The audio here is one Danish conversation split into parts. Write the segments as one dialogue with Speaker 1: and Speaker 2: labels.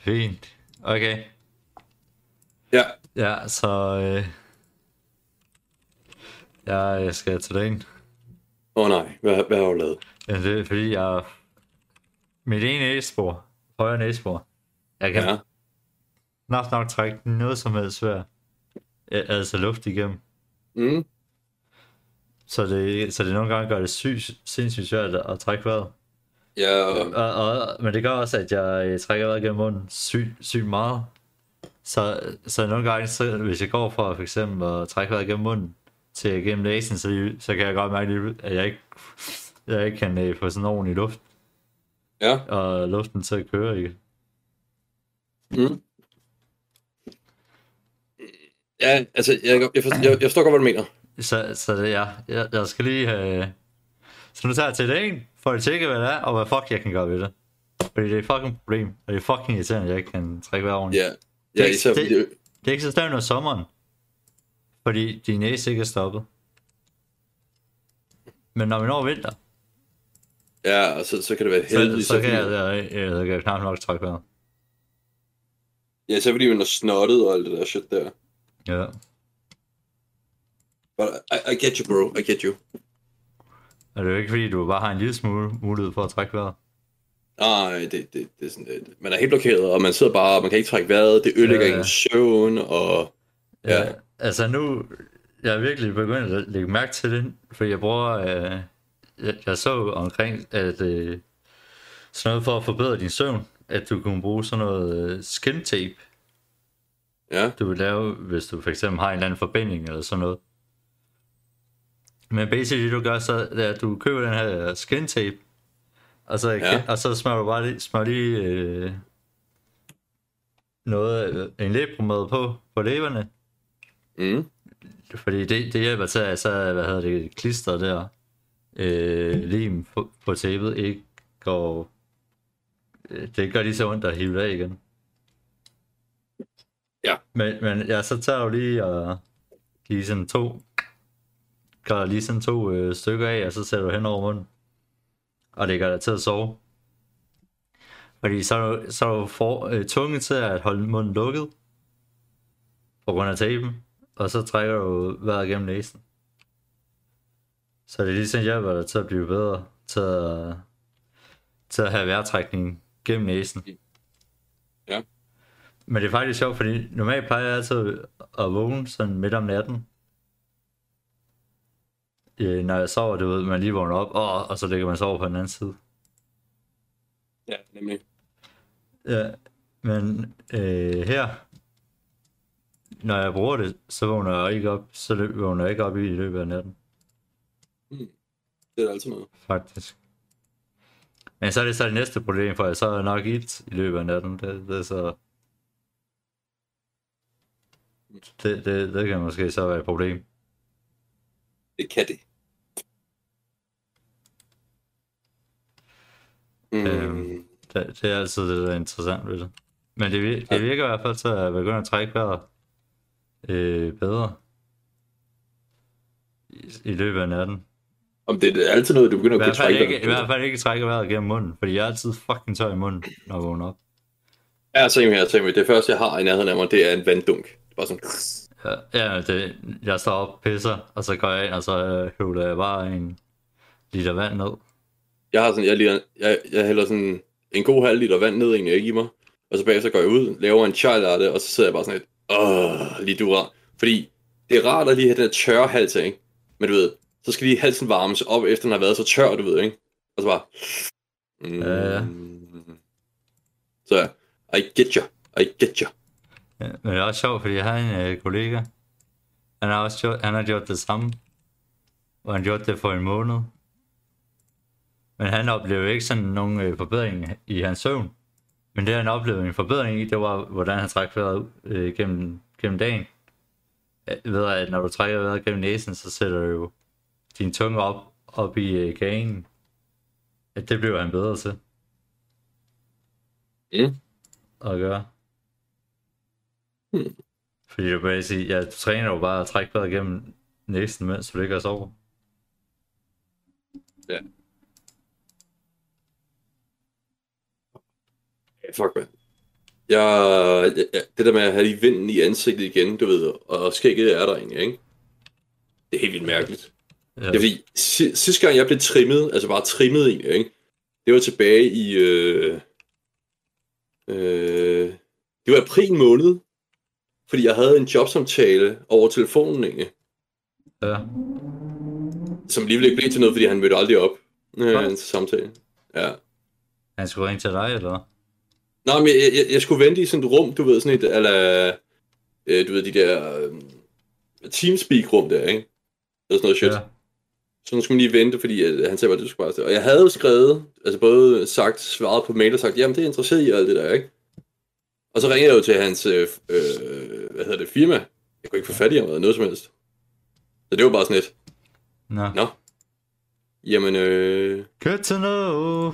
Speaker 1: Fint. Okay.
Speaker 2: Ja.
Speaker 1: Ja, så jeg skal til dagen.
Speaker 2: Nej, hvad har du lavet?
Speaker 1: Ja, det er fordi, mit ene næsebor, højre næsebor, jeg kan nok trække noget som helst svær. Altså luft igennem.
Speaker 2: Mm.
Speaker 1: Så det nogle gange gør det sindssygt svært at trække vejret.
Speaker 2: Ja.
Speaker 1: Men det gør også, at jeg trækker vejret gennem munden sygt meget. Så nogle gange, hvis jeg går for eksempel at trække vejret gennem munden til gennem næsen, så kan jeg godt mærke, at jeg ikke kan få sådan ordentlig luft.
Speaker 2: Ja.
Speaker 1: Og luften til at køre, ikke?
Speaker 2: Mm. Ja, altså, jeg forstår godt, hvad du mener.
Speaker 1: Så det, jeg skal lige have... Så nu tager jeg til det en, for at tjekke, hvad det er, og hvad fuck jeg kan gøre ved det. Fordi det er et fucking problem, og det er fucking irriterende, at jeg ikke kan trække vejret ordentligt.
Speaker 2: Ja, især fordi...
Speaker 1: Det er ikke så slemt om sommeren, fordi din næse ikke er stoppet. Men når vi når vinter...
Speaker 2: Ja, og så kan det være heldigt.
Speaker 1: Så kan jeg knap nok trække vejret.
Speaker 2: Ja, så fordi man er snottet og alt det der shit der.
Speaker 1: Ja.
Speaker 2: But I get you, bro. I get you.
Speaker 1: Er det jo ikke fordi, du bare har en lille smule mulighed for at trække vejret?
Speaker 2: Nej, det er sådan lidt... Man er helt blokeret, og man sidder bare, og man kan ikke trække vejret. Det ødelægger ens søvn, og...
Speaker 1: Ja. Altså nu... Jeg er virkelig begyndt at lægge mærke til det, fordi jeg bruger... Jeg så omkring, at sådan noget for at forbedre din søvn, at du kunne bruge sådan noget skin tape.
Speaker 2: Ja.
Speaker 1: Du vil lave, hvis du for eksempel har en eller anden forbinding eller sådan noget. Men basically det du gør, så er, at du køber den her skin tape, og så smører du bare lige en læbepomade på læberne.
Speaker 2: Mm.
Speaker 1: Fordi det hjælper til, at så, klister der, lim på tapet ikke går... Det gør lige så ondt at hive det af igen.
Speaker 2: Ja.
Speaker 1: Men så tager du lige og giver sådan to stykker af, og så sætter du hen over munden. Og det gør dig til at sove. Fordi så er du tvunget til at holde munden lukket på grund af tapen, og så trækker du vejret gennem næsen. Så det ligesom hjælper dig til at blive bedre til at have vejrtrækning gennem næsen.
Speaker 2: Ja.
Speaker 1: Men det er faktisk sjovt, fordi normalt plejer jeg altid at vågne sådan midt om natten. Når jeg sover, du ved, man lige vågner op, og så ligger man sover på den anden side.
Speaker 2: Ja, nemlig.
Speaker 1: Ja, men her, når jeg bruger det, så vågner jeg ikke op i løbet af natten.
Speaker 2: Det er altid noget.
Speaker 1: Faktisk. Men så er det så det næste problem, for jeg så er nok ilt i løbet af natten. Det er så... Det kan måske så være et problem.
Speaker 2: Det kan det.
Speaker 1: Det er altid det, der er interessant ved det. Men det virker i hvert fald til at begynde at trække vejret bedre i løbet af natten.
Speaker 2: Om det er altid noget, du begynder at kunne trække.
Speaker 1: I hvert fald ikke trække vejret gennem munden, fordi jeg er altid fucking tør i munden, når jeg vågner op.
Speaker 2: Ja, same her. Det første, jeg har i nærheden af mig, det er en vanddunk. Det er bare sådan...
Speaker 1: Jeg står op, pisser, og så går jeg ind, og så høvler jeg bare en liter vand ned.
Speaker 2: Jeg hælder sådan en god halv liter vand ned egentlig, ikke i mig. Og så bagefter går jeg ud, laver en chai latte, og så sidder jeg bare sådan lidt, lige du rart. Fordi det er rart at lige have den her tørre hals, ikke? Men du ved, så skal lige halsen varmes op, efter den har været så tør, du ved, ikke? Og så bare... Så I get you.
Speaker 1: Ja, men det er også sjovt, fordi jeg har en kollega. Han har gjort det samme. Og han gjort det for en måned. Men han oplevede ikke sådan nogen forbedring i hans søvn. Men det han oplevede en forbedring i, det var, hvordan han træk vejret gennem dagen. Ved at når du trækker vejret gennem næsen, så sætter du jo din tunge op i kagen. At det bliver han bedre til. At gøre. Fordi du bare sige, du træner jo bare at trække vejret gennem næsen, mens du ligger og sover.
Speaker 2: Ja. Fuck, man. Det der med at have lige vinden i ansigtet igen, du ved, og skægget er der egentlig, ikke? Det er helt vildt mærkeligt.
Speaker 1: Ja.
Speaker 2: Det er fordi, sidste gang jeg blev trimmet, altså bare trimmet egentlig, ikke? Det var tilbage i... det var april måned, fordi jeg havde en jobsamtale over telefonen egentlig.
Speaker 1: Ja.
Speaker 2: Som alligevel ikke blev til noget, fordi han mødte aldrig op til samtale. Ja.
Speaker 1: Han skulle ringe til dig, eller?
Speaker 2: Nå, men jeg skulle vente i sådan et rum, du ved, sådan et, eller du ved, de der Teamspeak-rum der, ikke? Eller sådan noget shit. Ja. Så nu skulle man lige vente, fordi han sagde, at det skulle bare. Og jeg havde jo skrevet, altså både sagt, svaret på mail og sagt, jamen det er interesseret i alt det der, ikke? Og så ringede jeg jo til hans, firma. Jeg kunne ikke få fat i ham eller noget som helst. Så det var bare sådan et. Nå. Jamen,
Speaker 1: Good to know.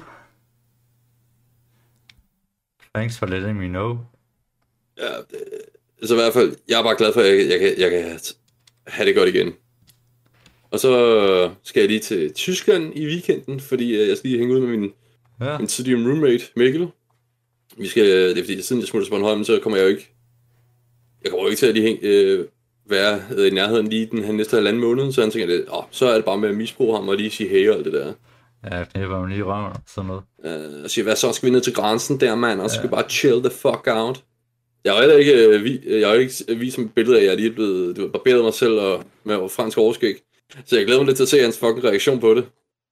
Speaker 1: Thanks for letting me know.
Speaker 2: Ja, så i hvert fald, jeg er bare glad for, at jeg kan have det godt igen. Og så skal jeg lige til Tyskland i weekenden, fordi jeg skal lige hænge ud med min tidligere roommate, Mikkel. Det er fordi, siden jeg smutter til Bornholm, så kommer jeg jo ikke til at lige være i nærheden lige den næste halvanden måned, så han tænker, så er det bare med at misbruge ham og lige sige hey og alt det der.
Speaker 1: Ja, det var man lige røven og sådan noget.
Speaker 2: Og siger, hvad så, skal vi ned til grænsen der, mand, og så skal vi bare chill the fuck out. Jeg har heller ikke vist som et billede af, at jeg lige er blevet barberet mig selv og med fransk overskæg. Så jeg glæder mig lidt til at se hans fucking reaktion på det.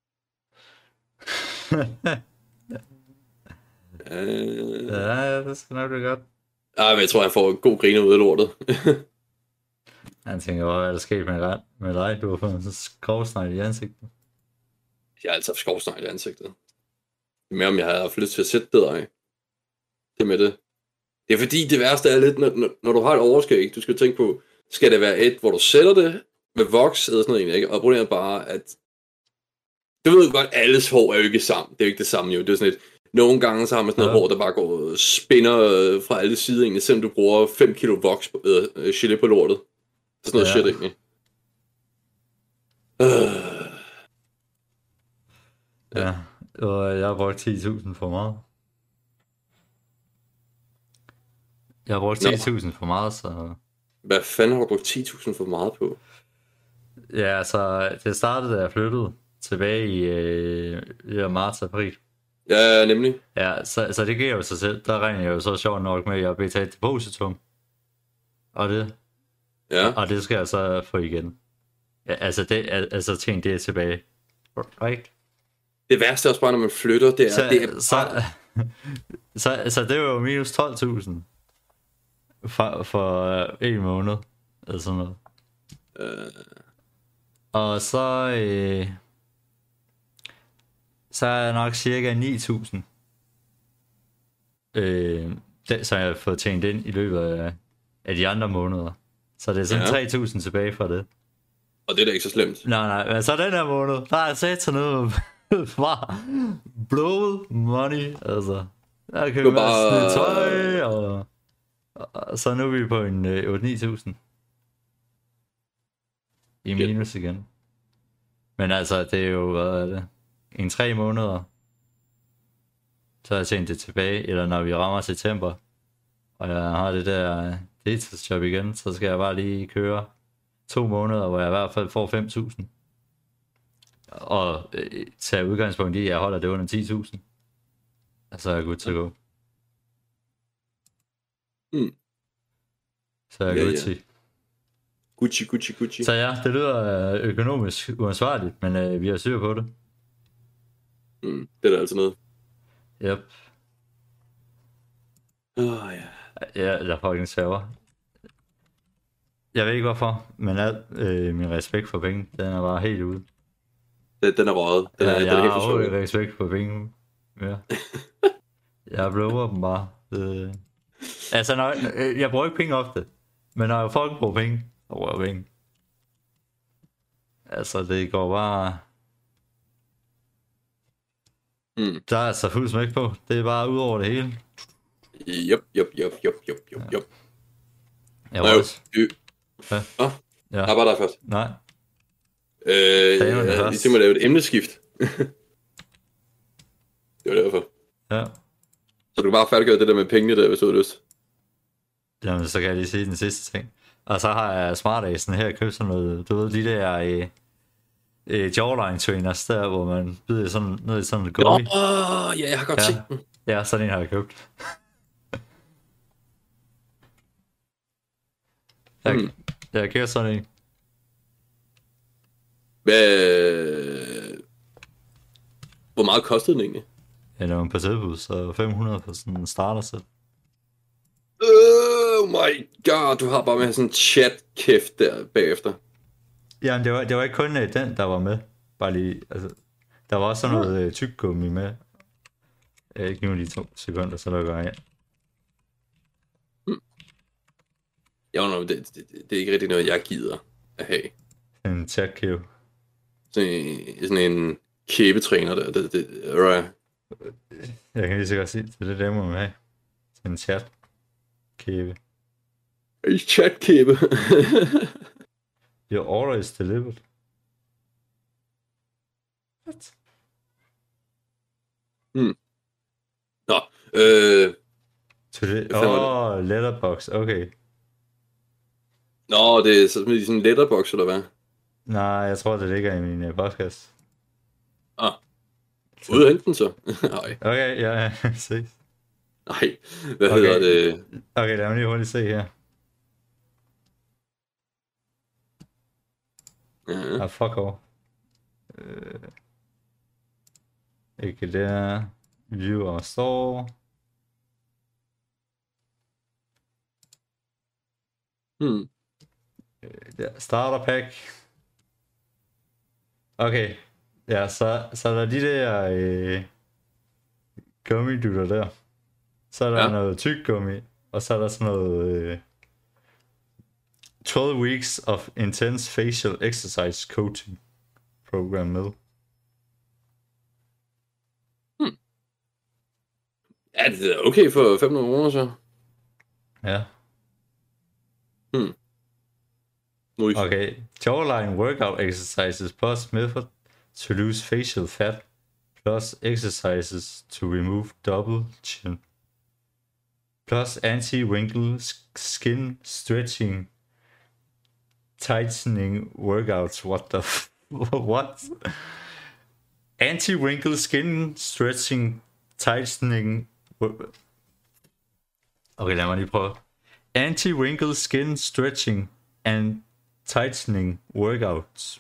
Speaker 1: Ja, det skal nok blive godt.
Speaker 2: Ej, men jeg tror, han får en god griner ud af lortet.
Speaker 1: Han tænker, hvad er der sket med dig? Du har fået en skovsnegl i ansigtet.
Speaker 2: Jeg har altid haft skovsnegl i ansigtet. Det er mere, om jeg havde haft lyst til at sætte det der, ikke? Det med det. Det er fordi, det værste er lidt, når du har et overskæg, du skal tænke på, skal det være et, hvor du sætter det med voks eller sådan noget, ikke? Og problemet er bare, at du ved godt, alles hår er jo ikke sammen. Det er jo ikke det samme jo. Det er sådan et, nogle gange så har man sådan noget hår, der bare går og spinner fra alle sider egentlig, selvom du bruger 5 kilo voks gelé på lortet. Sådan noget shit egentlig.
Speaker 1: Ja, og jeg har brugt 10.000 for meget. Jeg har brugt 10.000 for meget, så...
Speaker 2: Hvad fanden har du brugt 10.000 for meget på?
Speaker 1: Ja, altså, det startede, da jeg flyttede tilbage i marts-april.
Speaker 2: Ja, nemlig.
Speaker 1: Ja, så det giver jo sig selv. Der regner jeg jo så sjovt nok med, at jeg har betalt depositum. Og det skal jeg så få igen. Ja, altså ting, det er tilbage. Right?
Speaker 2: Det værste er også bare, når man flytter, det er
Speaker 1: så det var jo minus 12.000 for en måned, eller sådan noget. Og så er jeg nok cirka 9.000. Så jeg har fået tjent ind i løbet af de andre måneder. Så det er sådan 3.000 tilbage fra det.
Speaker 2: Og det er da ikke så slemt.
Speaker 1: Nej, men så den her måned, der er jeg sat til noget bare blow money, altså. Der kan jo bare tøj, og så nu er vi på en 8-9.000 i minus igen. Men altså, det er jo, hvad er det? En 3 måneder, så har jeg tjent det tilbage, eller når vi rammer september, og jeg har det der deltidsjob igen, så skal jeg bare lige køre 2 måneder, hvor jeg i hvert fald får 5.000. Og tage udgangspunkt i, at jeg holder det under 10.000. Så er jeg good to go. Så er jeg good to.
Speaker 2: Gucci.
Speaker 1: Så ja, det lyder økonomisk uansvarligt, men vi har styr på det.
Speaker 2: Det er da altså noget.
Speaker 1: Yep. Ja, der er fucking server. Jeg ved ikke hvorfor, men min respekt for penge, den er bare helt ude.
Speaker 2: Den er røget.
Speaker 1: Jeg har overhovedet respekt for penge. Ja. Jeg blower dem bare. Altså, jeg bruger ikke penge ofte. Men når folk bruger penge, så bruger jeg penge. Altså, det går bare... Der er altså fuld smæk på. Det er bare ud over det hele.
Speaker 2: Yup.
Speaker 1: Jeg var også...
Speaker 2: Ja. Jeg var der først.
Speaker 1: Nej.
Speaker 2: Jeg lige til at lave et emneskift. Det var derfor.
Speaker 1: Ja.
Speaker 2: Så du kan bare færdiggøre det der med pengene der, hvis du har lyst.
Speaker 1: Jamen, så kan jeg lige sige den sidste ting. Og så har jeg smartasen her købt sådan noget, du ved, de der jawline trainers der, hvor man byder sådan ned i sådan et gummi.
Speaker 2: Ja, jeg har godt set den.
Speaker 1: Ja, sådan en har jeg købt. Jeg har købt sådan en.
Speaker 2: Hvor meget kostede den egentlig?
Speaker 1: Ja, det var en på tilbud, så 500 for sådan en starter-sæt.
Speaker 2: Oh my god, du har bare med sådan en chat-kæft der bagefter.
Speaker 1: Jamen, det var ikke kun den, der var med. Bare lige, altså, der var også sådan noget tyggegummi med. Ikke nu lige 2 sekunder, så lukker jeg ind.
Speaker 2: Ja, det er ikke rigtig noget, jeg gider at have.
Speaker 1: En chatkæve.
Speaker 2: Sådan en kæbetræner der. Right.
Speaker 1: Jeg kan lige så godt sige, det der må man have. Sådan en chatkæve.
Speaker 2: En chatkæbe.
Speaker 1: Your order is delivered. What?
Speaker 2: Nå,
Speaker 1: letterbox, okay.
Speaker 2: Nå, det er sådan en letterbox, eller hvad?
Speaker 1: Nej, jeg tror, det ligger i min podcast.
Speaker 2: Ud af den så. Nej.
Speaker 1: Okay, ja, ses.
Speaker 2: Nej, hvad hedder det?
Speaker 1: Okay, lad mig lige hurtigt se her.
Speaker 2: Ja.
Speaker 1: Fuck off. Ikke der. View og store. Der, starter pack. Okay. Ja, så er der de der gummidutter der. Så er der noget tyggegummi. Og så er der sådan noget 12 weeks of intense facial exercise coaching program med.
Speaker 2: Ja, det er okay for 500 kroner så.
Speaker 1: Ja.
Speaker 2: Nice.
Speaker 1: Okay. Jawline workout exercises plus method to lose facial fat plus exercises to remove double chin plus anti-wrinkle skin stretching tightening workouts. What the what? Anti-wrinkle skin stretching tightening. Okay, lad mig lige prøve. Anti-wrinkle skin stretching and tightening workouts.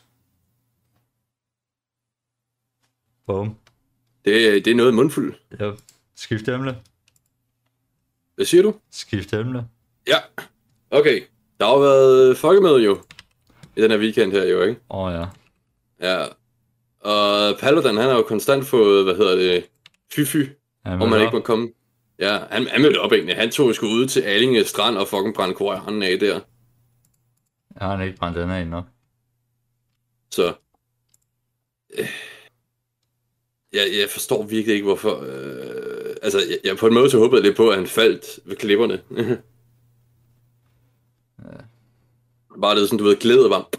Speaker 1: Boom.
Speaker 2: Det er noget mundfuld.
Speaker 1: Ja. Skift emne.
Speaker 2: Hvad siger du?
Speaker 1: Skift emne.
Speaker 2: Ja. Okay. Der har jo været folkemøde jo. I den her weekend her jo, ikke?
Speaker 1: Ja.
Speaker 2: Ja. Og Paludan, han har jo konstant fået, fy, om man ikke må komme. Ja, han mødte op egentlig. Han tog sgu ud til Allinge Strand og fucking brændte koranen af der.
Speaker 1: Jeg har ikke brændt den af nok.
Speaker 2: Så. Jeg forstår virkelig ikke, hvorfor. Jeg på en måde så håbede lidt på, at han faldt ved klipperne.
Speaker 1: Ja.
Speaker 2: Bare det sådan, du ved, glæder bare.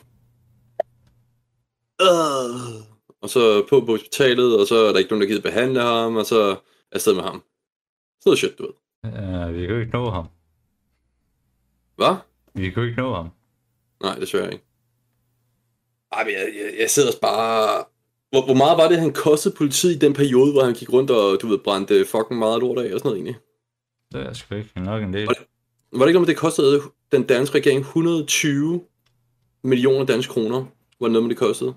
Speaker 2: Og så på hospitalet, og så er der ikke nogen, der gider behandle ham, og så afsted med ham. Så noget shit, du ved.
Speaker 1: Vi kan jo ikke nå ham.
Speaker 2: Hvad?
Speaker 1: Vi kan jo ikke nå ham.
Speaker 2: Nej, desværre ikke. Ej, men jeg sidder også bare. Hvor meget var det, han kostede politiet i den periode, hvor han gik rundt og, du ved, brændte fucking meget lort af og sådan noget egentlig?
Speaker 1: Det er sgu ikke nok en del.
Speaker 2: Var det ikke noget, det kostede den danske regering 120 millioner danske kroner? Var det noget, med det kostede?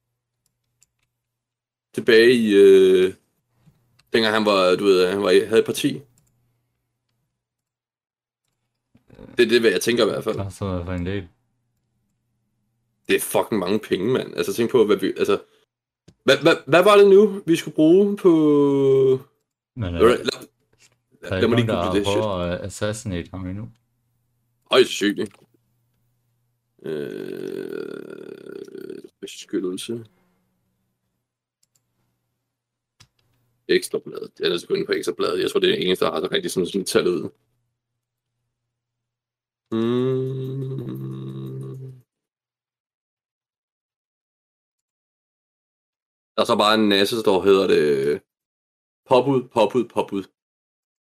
Speaker 2: Tilbage i, dengang han var, du ved, havde et parti. Det er det, hvad jeg tænker i hvert fald.
Speaker 1: Så er for en del.
Speaker 2: Det er fucking mange penge, mand. Altså tænk på, hvad vi, altså. Hvad var det nu, vi skulle bruge på.
Speaker 1: Men
Speaker 2: lad
Speaker 1: mig
Speaker 2: mig
Speaker 1: lige
Speaker 2: google det shit.
Speaker 1: prøve at assassinate ham endnu.
Speaker 2: Øj, så sygt, ikke? Beskyttelse. Ekstrabladet. Jeg er sgu inde på Ekstrabladet. Jeg tror, det er det eneste, der har så rigtig sådan tallet ud. Der er så bare en masse, der hedder det påbud.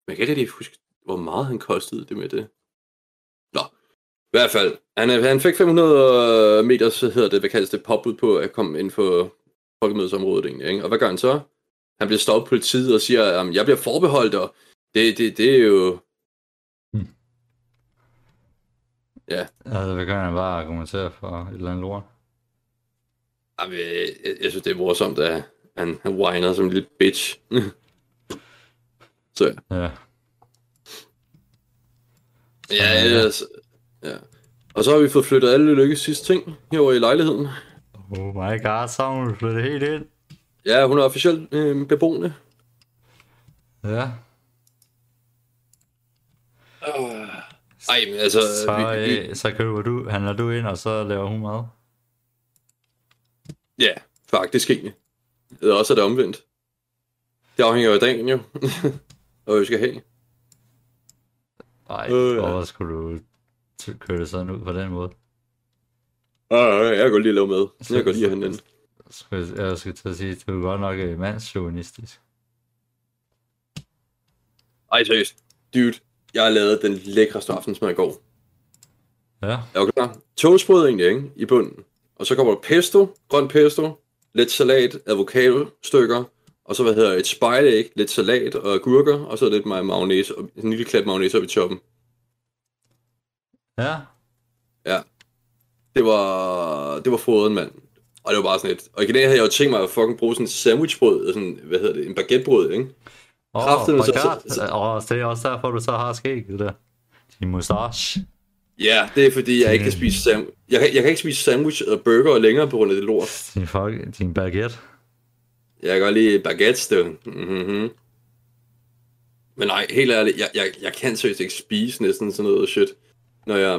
Speaker 2: jeg kan ikke rigtig huske, hvor meget han kostede det med det. Nå, i hvert fald. Han fik 500 meter, så hedder det, hvad kaldes det, påbud på at komme ind for folkemødesområdet egentlig, ikke? Og hvad gør han så? Han bliver stoppet på politiet og siger, at jeg bliver forbeholdt, og det er jo... Ja.
Speaker 1: Altså, hvad kan han bare argumentere for et eller andet lort?
Speaker 2: Jamen, jeg synes, det er morsomt, at han whiner som en lille bitch. Så
Speaker 1: Ja.
Speaker 2: Ja. Og så har vi fået flyttet alle Lykkes sidste ting herover i lejligheden.
Speaker 1: Oh my god, så har hun flyttet helt ind.
Speaker 2: Ja, hun er officielt beboende.
Speaker 1: Ja.
Speaker 2: Ej, men altså...
Speaker 1: Så handler du ind, og så laver hun mad.
Speaker 2: Ja, faktisk egentlig. Det er også det omvendt. Det afhænger jo af dagen jo. Og hvad vi skal have.
Speaker 1: Ej, hvorfor skulle du køre det sådan ud på den måde?
Speaker 2: Jeg kan godt lide at lave mad. Jeg kan godt lide at hente den.
Speaker 1: Jeg skal til at sige, at du er godt nok mandschauvinistisk.
Speaker 2: Ej, seriøst. Dude, jeg har lavet den lækreste aftensmad i går.
Speaker 1: Ja.
Speaker 2: Er du klar? Toastbrød egentlig, ikke? I bunden. Og så kommer der pesto, grøn pesto, lidt salat, avocado-stykker, og så et spejlæg, lidt salat og agurker, og så lidt mayonnaise, og en lille klat mayonnaise op i toppen.
Speaker 1: Ja.
Speaker 2: Ja. Det var foden, mand. Og det var bare sådan et... Og i dag havde jeg jo tænkt mig at fucking bruge sådan en sandwichbrød, sådan, en baguettebrød, ikke?
Speaker 1: Det er også derfor, du så har skægget der. Din mustache.
Speaker 2: Ja, det er fordi, jeg ikke kan spise jeg kan ikke spise sandwich og burger længere på grund af det lort.
Speaker 1: Din baguette.
Speaker 2: Jeg kan godt lide baguettes, du. Mm-hmm. Men nej, helt ærligt, jeg kan seriøst ikke spise næsten sådan noget shit, når jeg,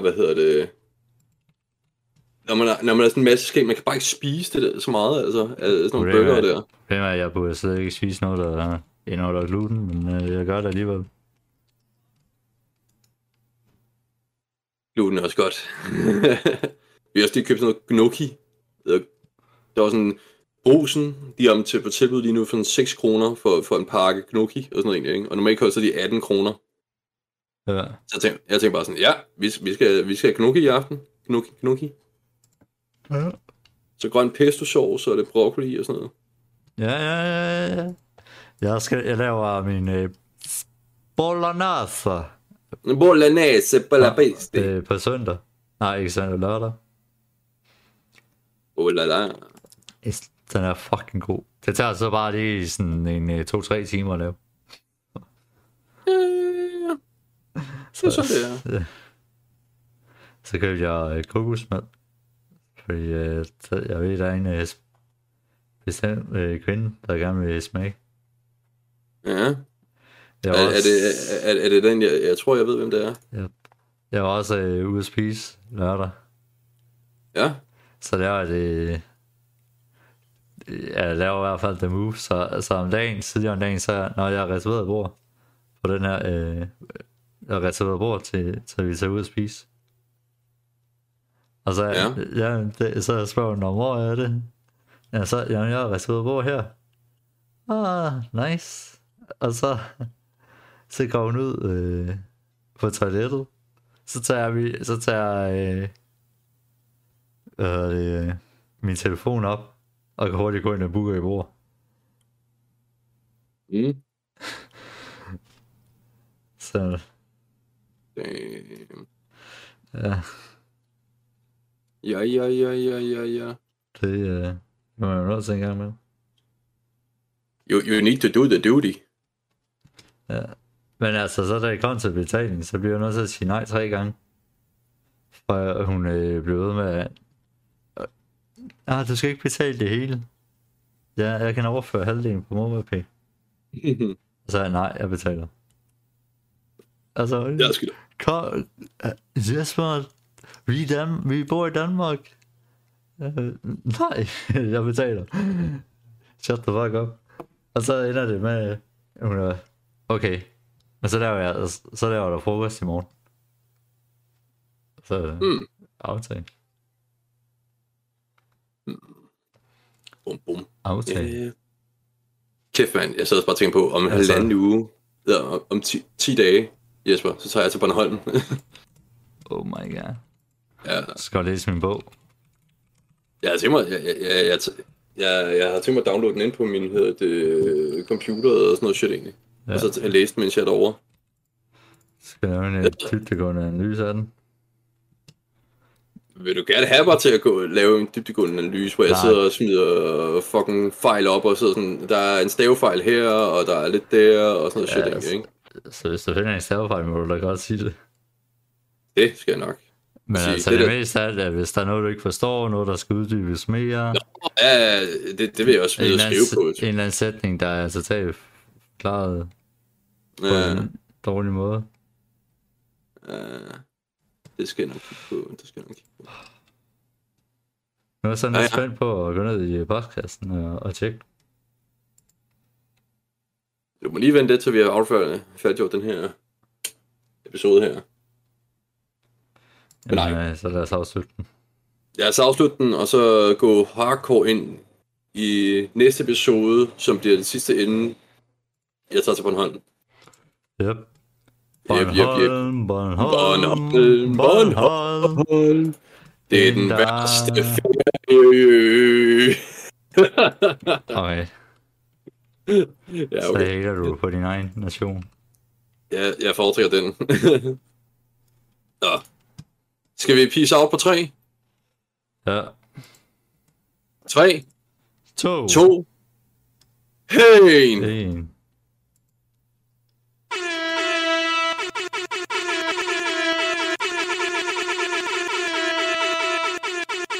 Speaker 2: når man er sådan en masse skæg, man kan bare ikke spise det der så meget, altså, sådan nogle burger der.
Speaker 1: Det er, jeg burde slet ikke spise noget, der indeholder gluten, men jeg gør det alligevel.
Speaker 2: Gluten er også godt. Vi har også lige købt sådan noget gnocchi. Der var sådan Brugsen, de er på tilbud lige nu for 6 kroner for en pakke gnocchi og sådan noget, ikke? Og normalt koster de 18 kroner.
Speaker 1: Ja.
Speaker 2: Så jeg tænkte bare sådan, ja, vi skal have gnocchi i aften. Gnocchi.
Speaker 1: Ja.
Speaker 2: Så grøn pesto sauce og det broccoli og sådan noget.
Speaker 1: Ja. Jeg laver min bolognese.
Speaker 2: Bolognese på la peste.
Speaker 1: På søndag. Nej, ikke søndag, lørdag.
Speaker 2: Oh la la.
Speaker 1: Den er fucking god. Det tager så bare lige sådan en 2-3 timer at lave.
Speaker 2: Så det er.
Speaker 1: Så købte jeg kokosmad. Fordi jeg ved, der er en bestemt kvinde, der gerne vil smage.
Speaker 2: Ja. Er det den, jeg tror, jeg ved, hvem det er?
Speaker 1: Ja. Jeg var også ude at spise lørdag.
Speaker 2: Ja.
Speaker 1: Så der var det... Jeg laver i hvert fald the move, så om dagen, tidligere om dagen, så når jeg har reserveret bord på den her, jeg har reserveret bord til vi tager ud og spise. Og så, så spørger hun, hvor er det? Ja, så, jeg har reserveret bord her. Nice. Og så går hun ud på toilettet. Så tager jeg min telefon op og kan hurtigt gå ind og booke i bord. Så. Ja.
Speaker 2: Ja.
Speaker 1: Det må man jo nødt til en gang med.
Speaker 2: You need to do the duty.
Speaker 1: Ja. Men altså, så da det kom til betaling, så bliver jeg nødt til at sige nej 3 gange. For hun blev ved med du skal ikke betale det hele. Ja, jeg kan overføre halvdelen på MobilePay. Og så er jeg, nej, jeg betaler. Altså, Jesper, vi bor i Danmark. Nej, jeg betaler. Shut the fuck up. Og så ender det med, hun er, okay, men så laver der frokost i morgen. Så aftale.
Speaker 2: Bum.
Speaker 1: Aftale.
Speaker 2: Kæft mand, jeg sad også bare og tænkte på, om en halvanden uge, Ja, om 10 dage, Jesper, så tager jeg til Bornholm.
Speaker 1: Oh my god.
Speaker 2: Ja.
Speaker 1: Skal jeg læse min bog?
Speaker 2: Jeg har tænkt mig, jeg har tænkt mig at downloade den ind på min computer og sådan noget shit egentlig. Ja. Og så læse den, mens jeg er derovre.
Speaker 1: Skal jeg lave en dybdegående analyse af den?
Speaker 2: Vil du gerne have mig til at lave en dybdegående analyse, hvor jeg sidder og smider fucking fejl op og sidder sådan, der er en stavefejl her, og der er lidt der, og sådan noget shit, ikke?
Speaker 1: Så hvis du finder en stavefejl, må du da godt sige det.
Speaker 2: Det skal jeg nok.
Speaker 1: Men sige, altså det mest af det, at hvis der er noget, du ikke forstår, noget, der skal uddybes mere...
Speaker 2: Nå, ja, det vil jeg også skrive på.
Speaker 1: En eller anden sætning, der er totalt klaret på en dårlig måde.
Speaker 2: Det skal jeg nok kigge på.
Speaker 1: Nu er jeg sådan lidt spændt på at gå ned i postkassen og tjekke.
Speaker 2: Du må lige vente det, til vi har færdiggjort den her episode her.
Speaker 1: Jamen, så lad os afslutte den.
Speaker 2: Ja, så afslutte den, og så gå hardcore ind i næste episode, som bliver det sidste inden jeg tager til Bornholm.
Speaker 1: Yep.
Speaker 2: Bornholm. Det er den værste ferie.
Speaker 1: Okay.
Speaker 2: Ja,
Speaker 1: okay. Så hater du på din egen nation.
Speaker 2: Ja, jeg foretrækker den. Nå. Skal vi peace out på 3?
Speaker 1: Ja.
Speaker 2: 3,
Speaker 1: 2,
Speaker 2: 1.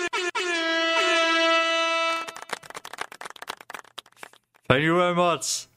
Speaker 1: Thank you very much.